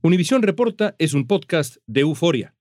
Univisión Reporta es un podcast de Euforia.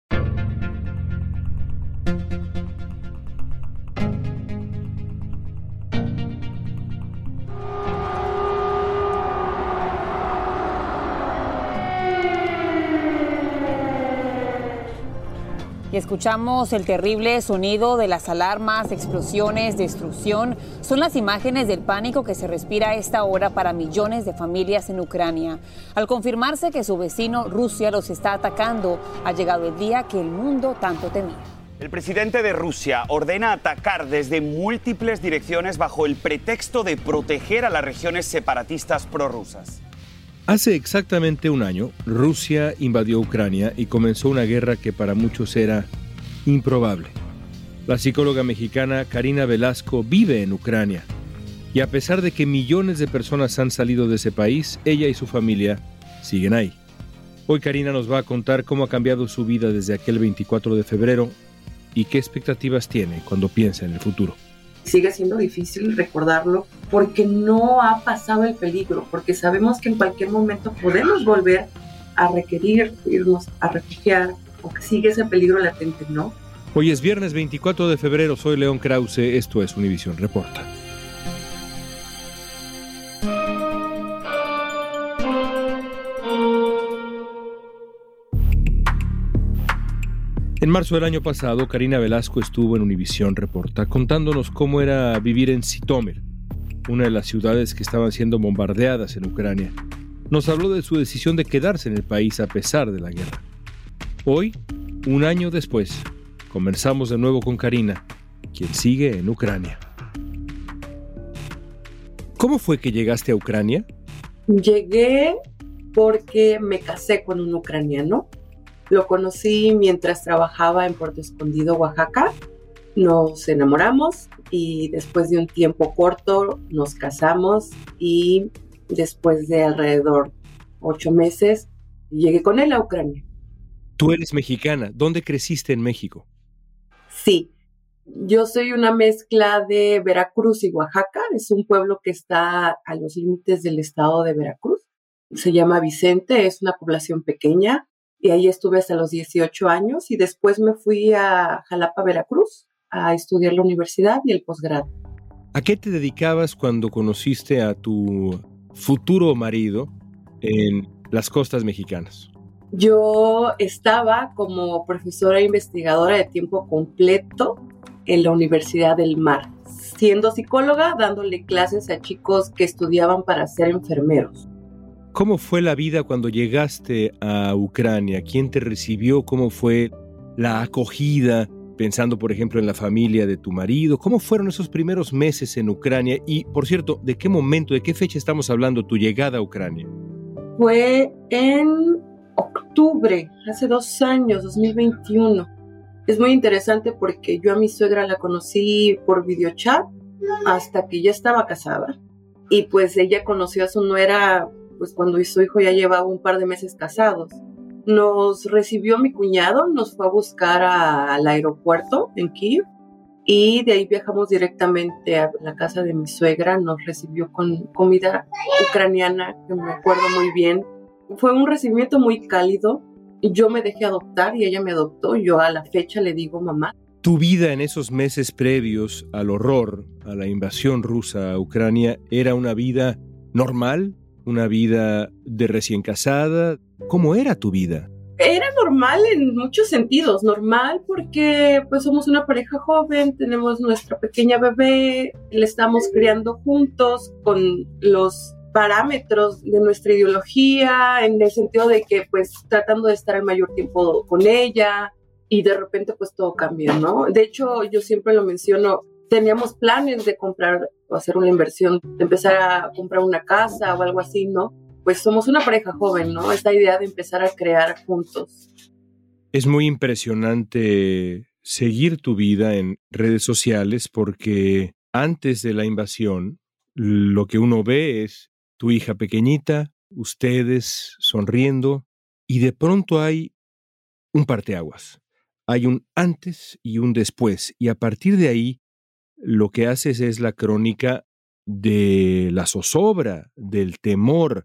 Y escuchamos el terrible sonido de las alarmas, explosiones, destrucción. Son las imágenes del pánico que se respira a esta hora para millones de familias en Ucrania. Al confirmarse que su vecino Rusia los está atacando, ha llegado el día que el mundo tanto temía. El presidente de Rusia ordena atacar desde múltiples direcciones bajo el pretexto de proteger a las regiones separatistas prorrusas. Hace exactamente un año, Rusia invadió Ucrania y comenzó una guerra que para muchos era improbable. La psicóloga mexicana Karina Velasco vive en Ucrania y a pesar de que millones de personas han salido de ese país, ella y su familia siguen ahí. Hoy Karina nos va a contar cómo ha cambiado su vida desde aquel 24 de febrero y qué expectativas tiene cuando piensa en el futuro. Sigue siendo difícil recordarlo porque no ha pasado el peligro, porque sabemos que en cualquier momento podemos volver a requerir irnos a refugiar o que sigue ese peligro latente, ¿no? Hoy es viernes 24 de febrero, soy León Krause, esto es Univisión Reporta. En marzo del año pasado, Karina Velasco estuvo en Univisión Reporta contándonos cómo era vivir en Zitomir, una de las ciudades que estaban siendo bombardeadas en Ucrania. Nos habló de su decisión de quedarse en el país a pesar de la guerra. Hoy, un año después, conversamos de nuevo con Karina, quien sigue en Ucrania. ¿Cómo fue que llegaste a Ucrania? Llegué porque me casé con un ucraniano. Lo conocí mientras trabajaba en Puerto Escondido, Oaxaca. Nos enamoramos y después de un tiempo corto nos casamos y después de alrededor 8 meses llegué con él a Ucrania. Tú eres mexicana. ¿Dónde creciste en México? Sí, yo soy una mezcla de Veracruz y Oaxaca. Es un pueblo que está a los límites del estado de Veracruz. Se llama Vicente, es una población pequeña. Y ahí estuve hasta los 18 años y después me fui a Jalapa, Veracruz, a estudiar la universidad y el posgrado. ¿A qué te dedicabas cuando conociste a tu futuro marido en las costas mexicanas? Yo estaba como profesora e investigadora de tiempo completo en la Universidad del Mar, siendo psicóloga, dándole clases a chicos que estudiaban para ser enfermeros. ¿Cómo fue la vida cuando llegaste a Ucrania? ¿Quién te recibió? ¿Cómo fue la acogida? Pensando, por ejemplo, en la familia de tu marido. ¿Cómo fueron esos primeros meses en Ucrania? Y, por cierto, ¿de qué momento, de qué fecha estamos hablando tu llegada a Ucrania? Fue en octubre, hace 2 años, 2021. Es muy interesante porque yo a mi suegra la conocí por videochat hasta que ya estaba casada. Y pues ella conoció a su nuera pues cuando su hijo ya llevaba un par de meses casados. Nos recibió mi cuñado, nos fue a buscar al aeropuerto en Kyiv y de ahí viajamos directamente a la casa de mi suegra. Nos recibió con comida ucraniana, que me acuerdo muy bien. Fue un recibimiento muy cálido. Yo me dejé adoptar y ella me adoptó. Yo a la fecha le digo mamá. ¿Tu vida en esos meses previos al horror, a la invasión rusa a Ucrania, era una vida normal? ¿Una vida de recién casada? ¿Cómo era tu vida? Era normal en muchos sentidos, normal porque pues somos una pareja joven, tenemos nuestra pequeña bebé, la estamos criando juntos con los parámetros de nuestra ideología, en el sentido de que pues tratando de estar el mayor tiempo con ella y de repente pues todo cambió, ¿no? De hecho yo siempre lo menciono, teníamos planes de comprar o hacer una inversión, de empezar a comprar una casa o algo así, ¿no? Pues somos una pareja joven, ¿no? Esta idea de empezar a crear juntos. Es muy impresionante seguir tu vida en redes sociales porque antes de la invasión, lo que uno ve es tu hija pequeñita, ustedes sonriendo, y de pronto hay un parteaguas. Hay un antes y un después, y a partir de ahí lo que haces es la crónica de la zozobra, del temor.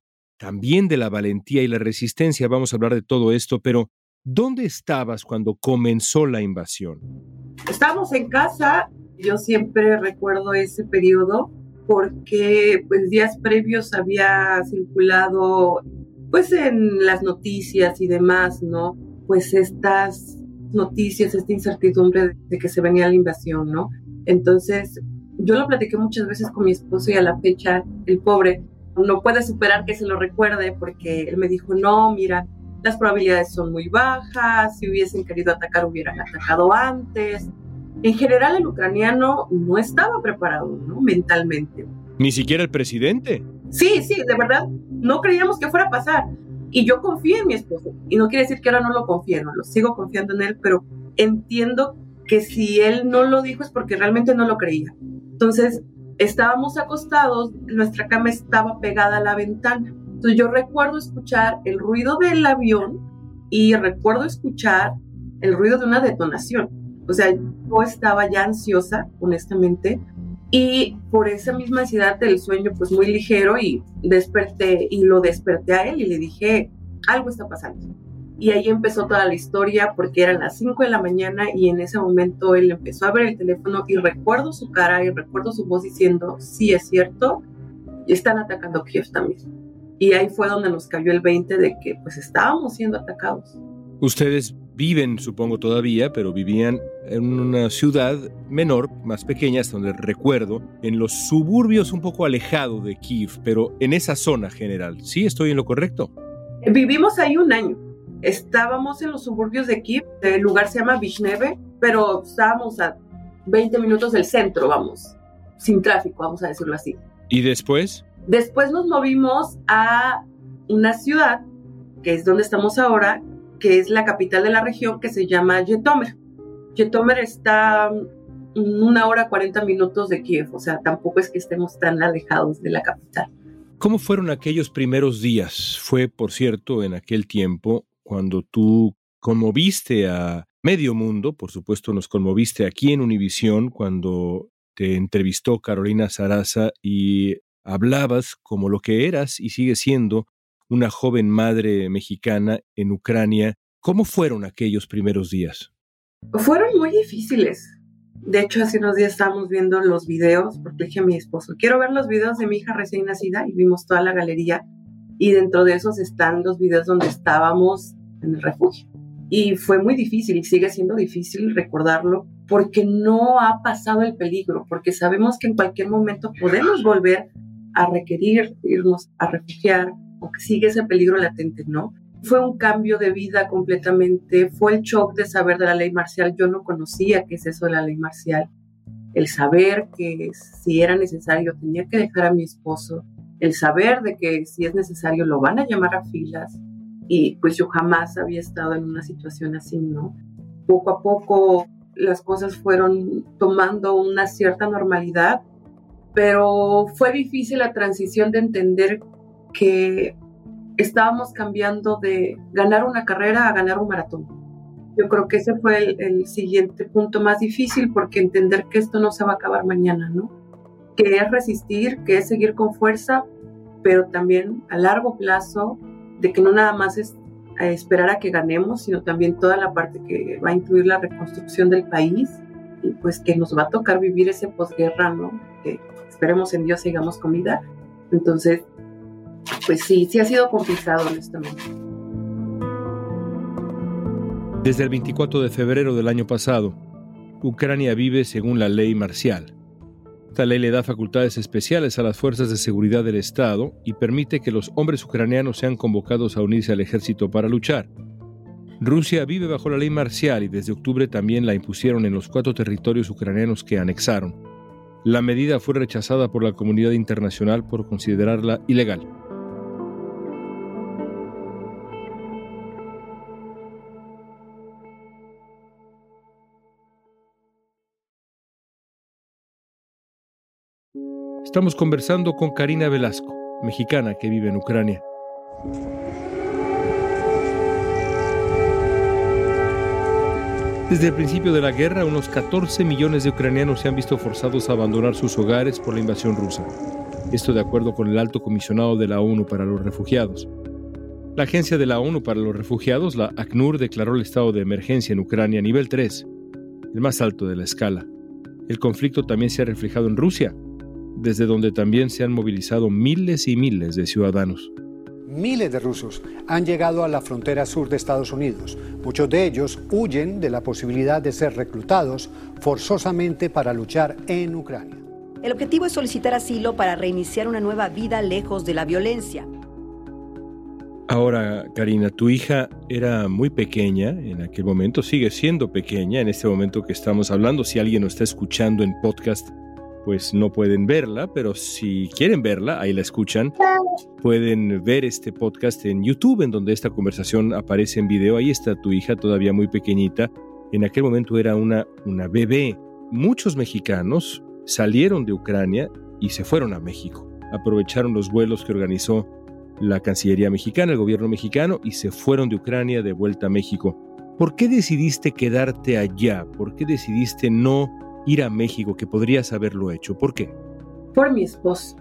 también de la valentía y la resistencia. Vamos a hablar de todo esto, pero ¿dónde estabas cuando comenzó la invasión? Estábamos en casa. Yo siempre recuerdo ese periodo porque pues días previos había circulado pues en las noticias y demás, ¿no? Pues estas noticias, esta incertidumbre de que se venía la invasión, ¿no? Entonces yo lo platiqué muchas veces con mi esposo y a la fecha el pobre no puede superar que se lo recuerde porque él me dijo, no, mira, las probabilidades son muy bajas, si hubiesen querido atacar hubieran atacado antes. En general el ucraniano no estaba preparado, ¿no? Mentalmente. ¿Ni siquiera el presidente? Sí, de verdad, no creíamos que fuera a pasar. Y yo confío en mi esposo. Y no quiere decir que ahora no lo confío, no lo sigo confiando en él, pero entiendo que si él no lo dijo es porque realmente no lo creía. Entonces, estábamos acostados, nuestra cama estaba pegada a la ventana. Entonces, yo recuerdo escuchar el ruido del avión y recuerdo escuchar el ruido de una detonación. O sea, yo estaba ya ansiosa, honestamente, y por esa misma ansiedad del sueño, pues muy ligero, y lo desperté a él y le dije, algo está pasando. Y ahí empezó toda la historia porque eran las 5 de la mañana y en ese momento él empezó a ver el teléfono y recuerdo su cara y recuerdo su voz diciendo, sí, es cierto, y están atacando Kiev también. Y ahí fue donde nos cayó el 20 de que pues estábamos siendo atacados. Ustedes viven, supongo todavía, pero vivían en una ciudad menor, más pequeña, hasta donde recuerdo, en los suburbios un poco alejados de Kiev, pero en esa zona general. ¿Sí estoy en lo correcto? Vivimos ahí un año. Estábamos en los suburbios de Kiev, el lugar se llama Vishneve, pero estábamos a 20 minutos del centro, vamos, sin tráfico, vamos a decirlo así. ¿Y después? Después nos movimos a una ciudad, que es donde estamos ahora, que es la capital de la región, que se llama Jytomyr. Jytomyr está 1 hora 40 minutos de Kiev, o sea, tampoco es que estemos tan alejados de la capital. ¿Cómo fueron aquellos primeros días? Fue, por cierto, en aquel tiempo cuando tú conmoviste a medio mundo, por supuesto nos conmoviste aquí en Univisión cuando te entrevistó Carolina Sarasa y hablabas como lo que eras y sigues siendo una joven madre mexicana en Ucrania. ¿Cómo fueron aquellos primeros días? Fueron muy difíciles. De hecho, hace unos días estábamos viendo los videos, porque dije a mi esposo, quiero ver los videos de mi hija recién nacida, y vimos toda la galería, y dentro de esos están los videos donde estábamos en el refugio. Y fue muy difícil, y sigue siendo difícil recordarlo, porque no ha pasado el peligro, porque sabemos que en cualquier momento podemos volver a requerir irnos a refugiar, o que sigue ese peligro latente, ¿no? Fue un cambio de vida completamente, fue el shock de saber de la ley marcial. Yo no conocía qué es eso de la ley marcial, el saber que si era necesario tenía que dejar a mi esposo, el saber de que si es necesario lo van a llamar a filas, y pues yo jamás había estado en una situación así, ¿no? Poco a poco las cosas fueron tomando una cierta normalidad, pero fue difícil la transición de entender que estábamos cambiando de ganar una carrera a ganar un maratón. Yo creo que ese fue el siguiente punto más difícil, porque entender que esto no se va a acabar mañana, ¿no? Que es resistir, que es seguir con fuerza, pero también a largo plazo, de que no nada más es esperar a que ganemos, sino también toda la parte que va a incluir la reconstrucción del país, y pues que nos va a tocar vivir ese posguerra, ¿no? Que esperemos en Dios sigamos con vida. Entonces, pues sí ha sido complicado, honestamente. Desde el 24 de febrero del año pasado, Ucrania vive según la ley marcial. Esta ley le da facultades especiales a las fuerzas de seguridad del Estado y permite que los hombres ucranianos sean convocados a unirse al ejército para luchar. Rusia vive bajo la ley marcial y desde octubre también la impusieron en los 4 territorios ucranianos que anexaron. La medida fue rechazada por la comunidad internacional por considerarla ilegal. Estamos conversando con Karina Velasco, mexicana que vive en Ucrania. Desde el principio de la guerra, unos 14 millones de ucranianos se han visto forzados a abandonar sus hogares por la invasión rusa. Esto de acuerdo con el alto comisionado de la ONU para los refugiados. La agencia de la ONU para los refugiados, la ACNUR, declaró el estado de emergencia en Ucrania a nivel 3, el más alto de la escala. El conflicto también se ha reflejado en Rusia, desde donde también se han movilizado miles y miles de ciudadanos. Miles de rusos han llegado a la frontera sur de Estados Unidos. Muchos de ellos huyen de la posibilidad de ser reclutados forzosamente para luchar en Ucrania. El objetivo es solicitar asilo para reiniciar una nueva vida lejos de la violencia. Ahora, Karina, tu hija era muy pequeña en aquel momento, sigue siendo pequeña en este momento que estamos hablando. Si alguien nos está escuchando en podcast, pues no pueden verla, pero si quieren verla, ahí la escuchan. Pueden ver este podcast en YouTube, en donde esta conversación aparece en video. Ahí está tu hija todavía muy pequeñita. En aquel momento era una bebé. Muchos mexicanos salieron de Ucrania y se fueron a México. Aprovecharon los vuelos que organizó la Cancillería mexicana, el gobierno mexicano, y se fueron de Ucrania de vuelta a México. ¿Por qué decidiste quedarte allá? ¿Por qué decidiste no ir a México, que podrías haberlo hecho? ¿Por qué? Por mi esposo,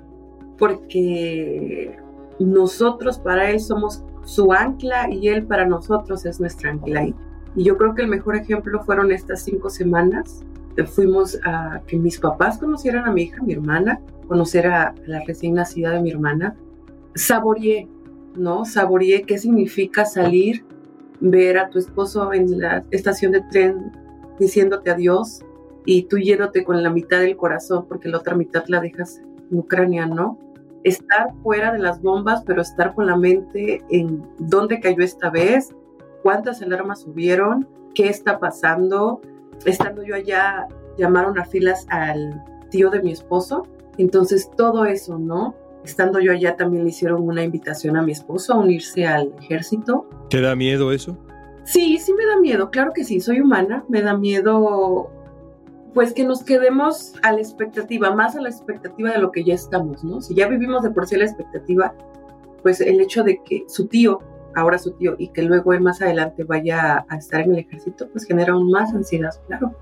porque nosotros para él somos su ancla y él para nosotros es nuestra ancla. Y yo creo que el mejor ejemplo fueron estas 5 semanas. Fuimos a que mis papás conocieran a mi hija, mi hermana, conocer a la recién nacida de mi hermana. Saboreé qué significa salir, ver a tu esposo en la estación de tren diciéndote adiós y tú yéndote con la mitad del corazón porque la otra mitad la dejas en Ucrania, ¿no? Estar fuera de las bombas, pero estar con la mente en dónde cayó esta vez, cuántas alarmas hubieron, qué está pasando. Estando yo allá, llamaron a filas al tío de mi esposo, entonces todo eso, ¿no? Estando yo allá también le hicieron una invitación a mi esposo a unirse al ejército. ¿Te da miedo eso? Sí me da miedo, claro que sí, soy humana, me da miedo pues que nos quedemos a la expectativa, más a la expectativa de lo que ya estamos, ¿no? Si ya vivimos de por sí la expectativa, pues el hecho de que ahora su tío, y que luego él más adelante vaya a estar en el ejército, pues genera aún más ansiedad, claro.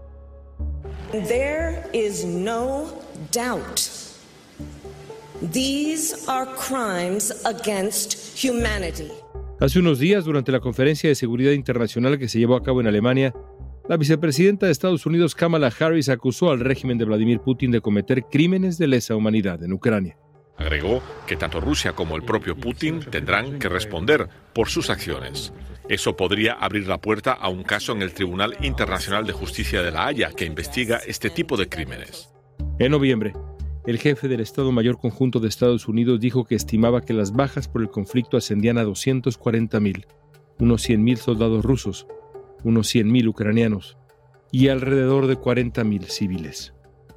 There is no doubt. These are crimes against humanity. Hace unos días, durante la Conferencia de Seguridad Internacional que se llevó a cabo en Alemania, la vicepresidenta de Estados Unidos, Kamala Harris, acusó al régimen de Vladimir Putin de cometer crímenes de lesa humanidad en Ucrania. Agregó que tanto Rusia como el propio Putin tendrán que responder por sus acciones. Eso podría abrir la puerta a un caso en el Tribunal Internacional de Justicia de La Haya que investiga este tipo de crímenes. En noviembre, el jefe del Estado Mayor Conjunto de Estados Unidos dijo que estimaba que las bajas por el conflicto ascendían a 240,000, unos 100,000 soldados rusos, unos 100,000 ucranianos y alrededor de 40,000 civiles.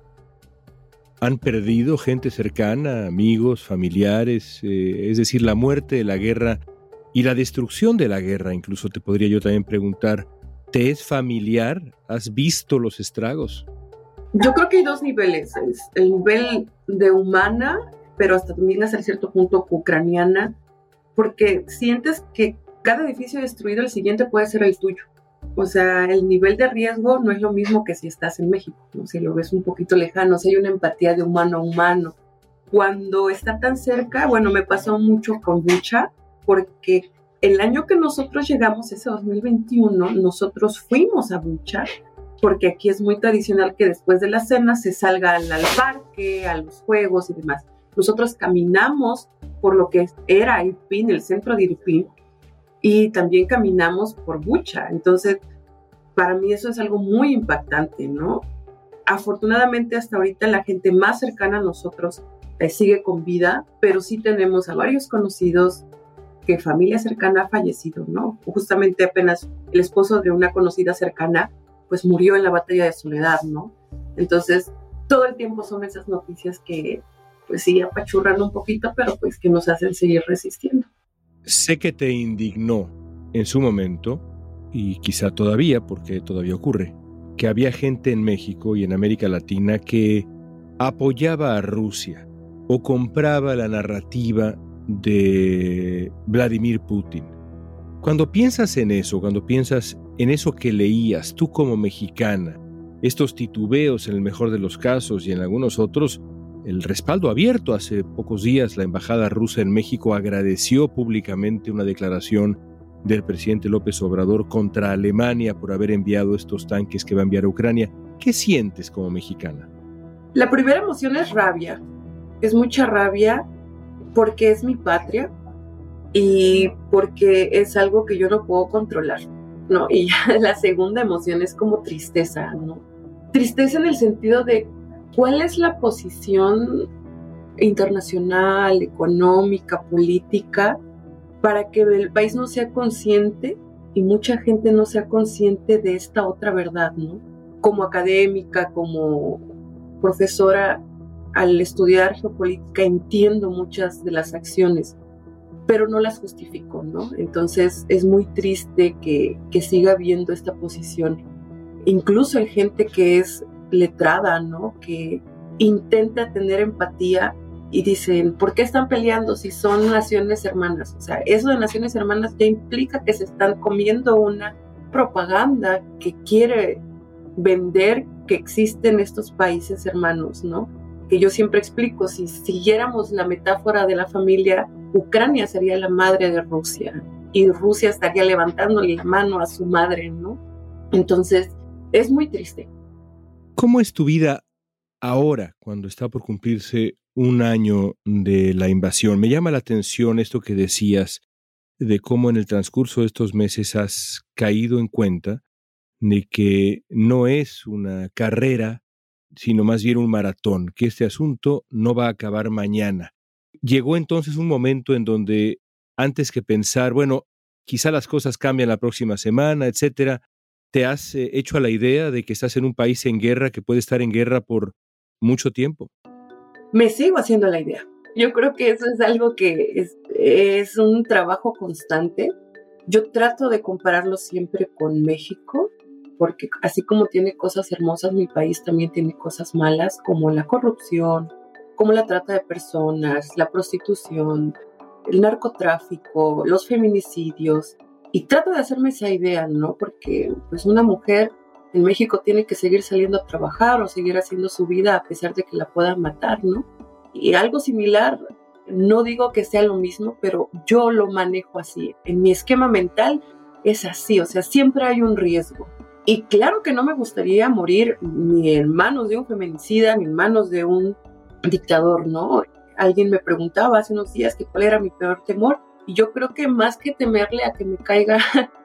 Han perdido gente cercana, amigos, familiares, es decir, la muerte, la guerra y la destrucción de la guerra. Incluso te podría yo también preguntar, ¿te es familiar? ¿Has visto los estragos? Yo creo que hay 2 niveles, el nivel de humana, pero también hasta cierto punto ucraniana, porque sientes que cada edificio destruido, el siguiente puede ser el tuyo. O sea, el nivel de riesgo no es lo mismo que si estás en México, ¿no? Si lo ves un poquito lejano, si hay una empatía de humano a humano. Cuando está tan cerca, bueno, me pasó mucho con Bucha, porque el año que nosotros llegamos, ese 2021, nosotros fuimos a Bucha, porque aquí es muy tradicional que después de la cena se salga al parque, a los juegos y demás. Nosotros caminamos por lo que era Irpin, el centro de Irpin, y también caminamos por Bucha. Entonces, para mí eso es algo muy impactante, ¿no? Afortunadamente, hasta ahorita la gente más cercana a nosotros sigue con vida, pero sí tenemos a varios conocidos que familia cercana ha fallecido, ¿no? Justamente apenas el esposo de una conocida cercana, pues murió en la batalla de Soledad, ¿no? Entonces, todo el tiempo son esas noticias que, pues sí, apachurran un poquito, pero pues que nos hacen seguir resistiendo. Sé que te indignó en su momento, y quizá todavía, porque todavía ocurre, que había gente en México y en América Latina que apoyaba a Rusia o compraba la narrativa de Vladimir Putin. Cuando piensas en eso, cuando piensas en eso que leías tú como mexicana, estos titubeos en el mejor de los casos y en algunos otros, el respaldo abierto. Hace pocos días la embajada rusa en México agradeció públicamente una declaración del presidente López Obrador contra Alemania por haber enviado estos tanques que va a enviar a Ucrania. ¿Qué sientes como mexicana? La primera emoción es rabia. Es mucha rabia porque es mi patria y porque es algo que yo no puedo controlar, ¿no? Y ya la segunda emoción es como tristeza, ¿no? Tristeza en el sentido de cuál es la posición internacional, económica, política, para que el país no sea consciente y mucha gente no sea consciente de esta otra verdad, ¿no? Como académica, como profesora, al estudiar geopolítica entiendo muchas de las acciones, pero no las justifico, ¿no? Entonces es muy triste que siga habiendo esta posición. Incluso hay gente que es letrada, ¿no? Que intenta tener empatía y dicen, ¿por qué están peleando si son naciones hermanas? O sea, eso de naciones hermanas ya implica que se están comiendo una propaganda que quiere vender que existen estos países hermanos, ¿no? Que yo siempre explico, si siguiéramos la metáfora de la familia, Ucrania sería la madre de Rusia y Rusia estaría levantándole la mano a su madre, ¿no? Entonces, es muy triste. ¿Cómo es tu vida ahora, cuando está por cumplirse un año de la invasión? Me llama la atención esto que decías de cómo en el transcurso de estos meses has caído en cuenta de que no es una carrera, sino más bien un maratón, que este asunto no va a acabar mañana. Llegó entonces un momento en donde, antes que pensar, bueno, quizá las cosas cambian la próxima semana, etcétera, ¿te has hecho a la idea de que estás en un país en guerra, que puede estar en guerra por mucho tiempo? Me sigo haciendo la idea. Yo creo que eso es algo que es un trabajo constante. Yo trato de compararlo siempre con México, porque así como tiene cosas hermosas, mi país también tiene cosas malas, como la corrupción, como la trata de personas, la prostitución, el narcotráfico, los feminicidios. Y trato de hacerme esa idea, ¿no? Porque pues una mujer en México tiene que seguir saliendo a trabajar o seguir haciendo su vida a pesar de que la puedan matar, ¿no? Y algo similar, no digo que sea lo mismo, pero yo lo manejo así. En mi esquema mental es así, o sea, siempre hay un riesgo. Y claro que no me gustaría morir ni en manos de un feminicida, ni en manos de un dictador, ¿no? Alguien me preguntaba hace unos días que cuál era mi peor temor, y yo creo que más que temerle a que me caiga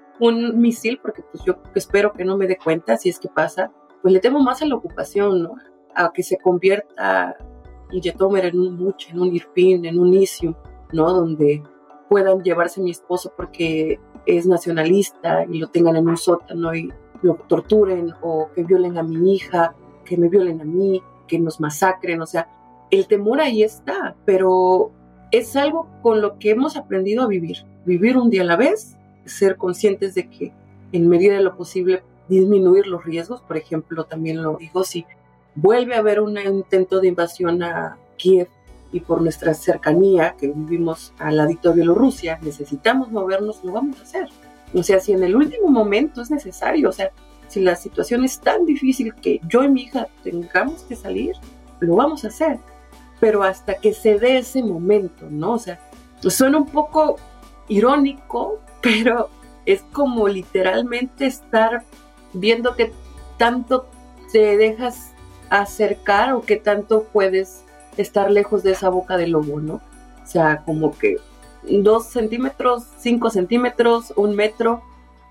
un misil, porque pues yo espero que no me dé cuenta si es que pasa, pues le temo más a la ocupación, ¿no? A que se convierta en Yetomer, en un Bucha, en un Irpin, en un Isium, ¿no? Donde puedan llevarse a mi esposo porque es nacionalista y lo tengan en un sótano y lo torturen, o que violen a mi hija, que me violen a mí, que nos masacren. O sea, el temor ahí está, pero es algo con lo que hemos aprendido a vivir un día a la vez, ser conscientes de que en medida de lo posible disminuir los riesgos. Por ejemplo, también lo digo, si vuelve a haber un intento de invasión a Kiev y por nuestra cercanía, que vivimos al ladito de Bielorrusia, necesitamos movernos, lo vamos a hacer. O sea, si en el último momento es necesario, o sea, si la situación es tan difícil que yo y mi hija tengamos que salir, lo vamos a hacer. Pero hasta que se dé ese momento, ¿no? O sea, suena un poco irónico, pero es como literalmente estar viendo qué tanto te dejas acercar o qué tanto puedes estar lejos de esa boca de lobo, ¿no? O sea, como que 2 centímetros, 5 centímetros, 1 metro.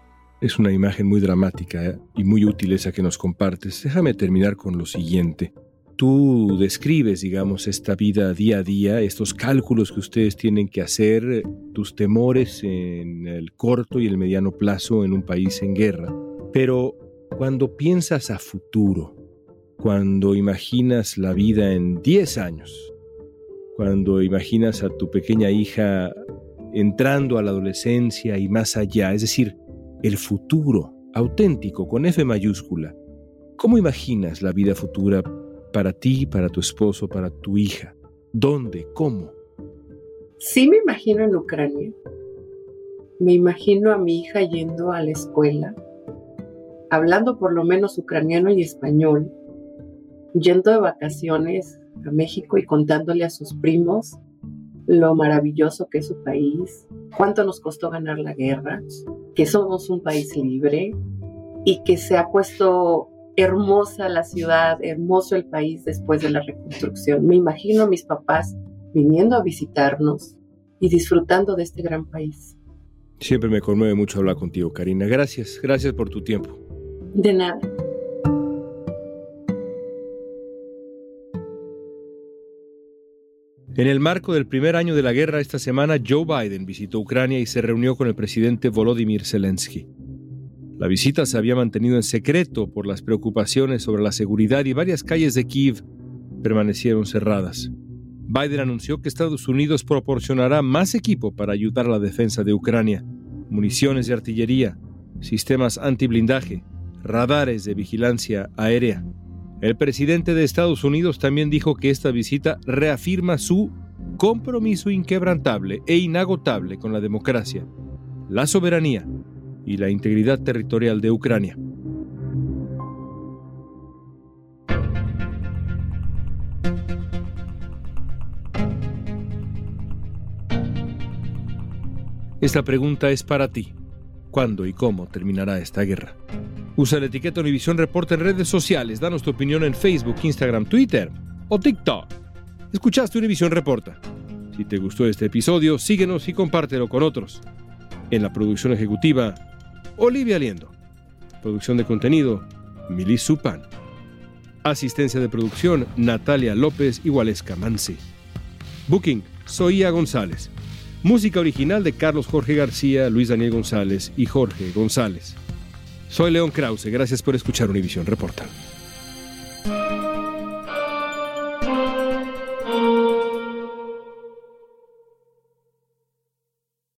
Es una imagen muy dramática y muy útil esa que nos compartes. Déjame terminar con lo siguiente. Tú describes, digamos, esta vida día a día, estos cálculos que ustedes tienen que hacer, tus temores en el corto y el mediano plazo en un país en guerra. Pero cuando piensas a futuro, cuando imaginas la vida en 10 años, cuando imaginas a tu pequeña hija entrando a la adolescencia y más allá, es decir, el futuro auténtico con F mayúscula, ¿cómo imaginas la vida futura para ti, para tu esposo, para tu hija? ¿Dónde? ¿Cómo? Sí me imagino en Ucrania. Me imagino a mi hija yendo a la escuela, hablando por lo menos ucraniano y español, yendo de vacaciones México y contándole a sus primos lo maravilloso que es su país, cuánto nos costó ganar la guerra, que somos un país libre y que se ha puesto hermosa la ciudad, hermoso el país después de la reconstrucción. Me imagino a mis papás viniendo a visitarnos y disfrutando de este gran país. Siempre me conmueve mucho hablar contigo, Karina. Gracias por tu tiempo. De nada. En el marco del primer año de la guerra, esta semana Joe Biden visitó Ucrania y se reunió con el presidente Volodymyr Zelensky. La visita se había mantenido en secreto por las preocupaciones sobre la seguridad y varias calles de Kiev permanecieron cerradas. Biden anunció que Estados Unidos proporcionará más equipo para ayudar a la defensa de Ucrania, municiones de artillería, sistemas antiblindaje, radares de vigilancia aérea. El presidente de Estados Unidos también dijo que esta visita reafirma su compromiso inquebrantable e inagotable con la democracia, la soberanía y la integridad territorial de Ucrania. Esta pregunta es para ti. ¿Cuándo y cómo terminará esta guerra? Usa la etiqueta Univisión Reporta en redes sociales. Danos tu opinión en Facebook, Instagram, Twitter o TikTok. Escuchaste Univisión Reporta. Si te gustó este episodio, síguenos y compártelo con otros. En la producción ejecutiva, Olivia Liendo. Producción de contenido, Milis Supan. Asistencia de producción, Natalia López y Waleska Mansi. Booking, Zoía González. Música original de Carlos Jorge García, Luis Daniel González y Jorge González. Soy León Krause, gracias por escuchar Univisión Reporta.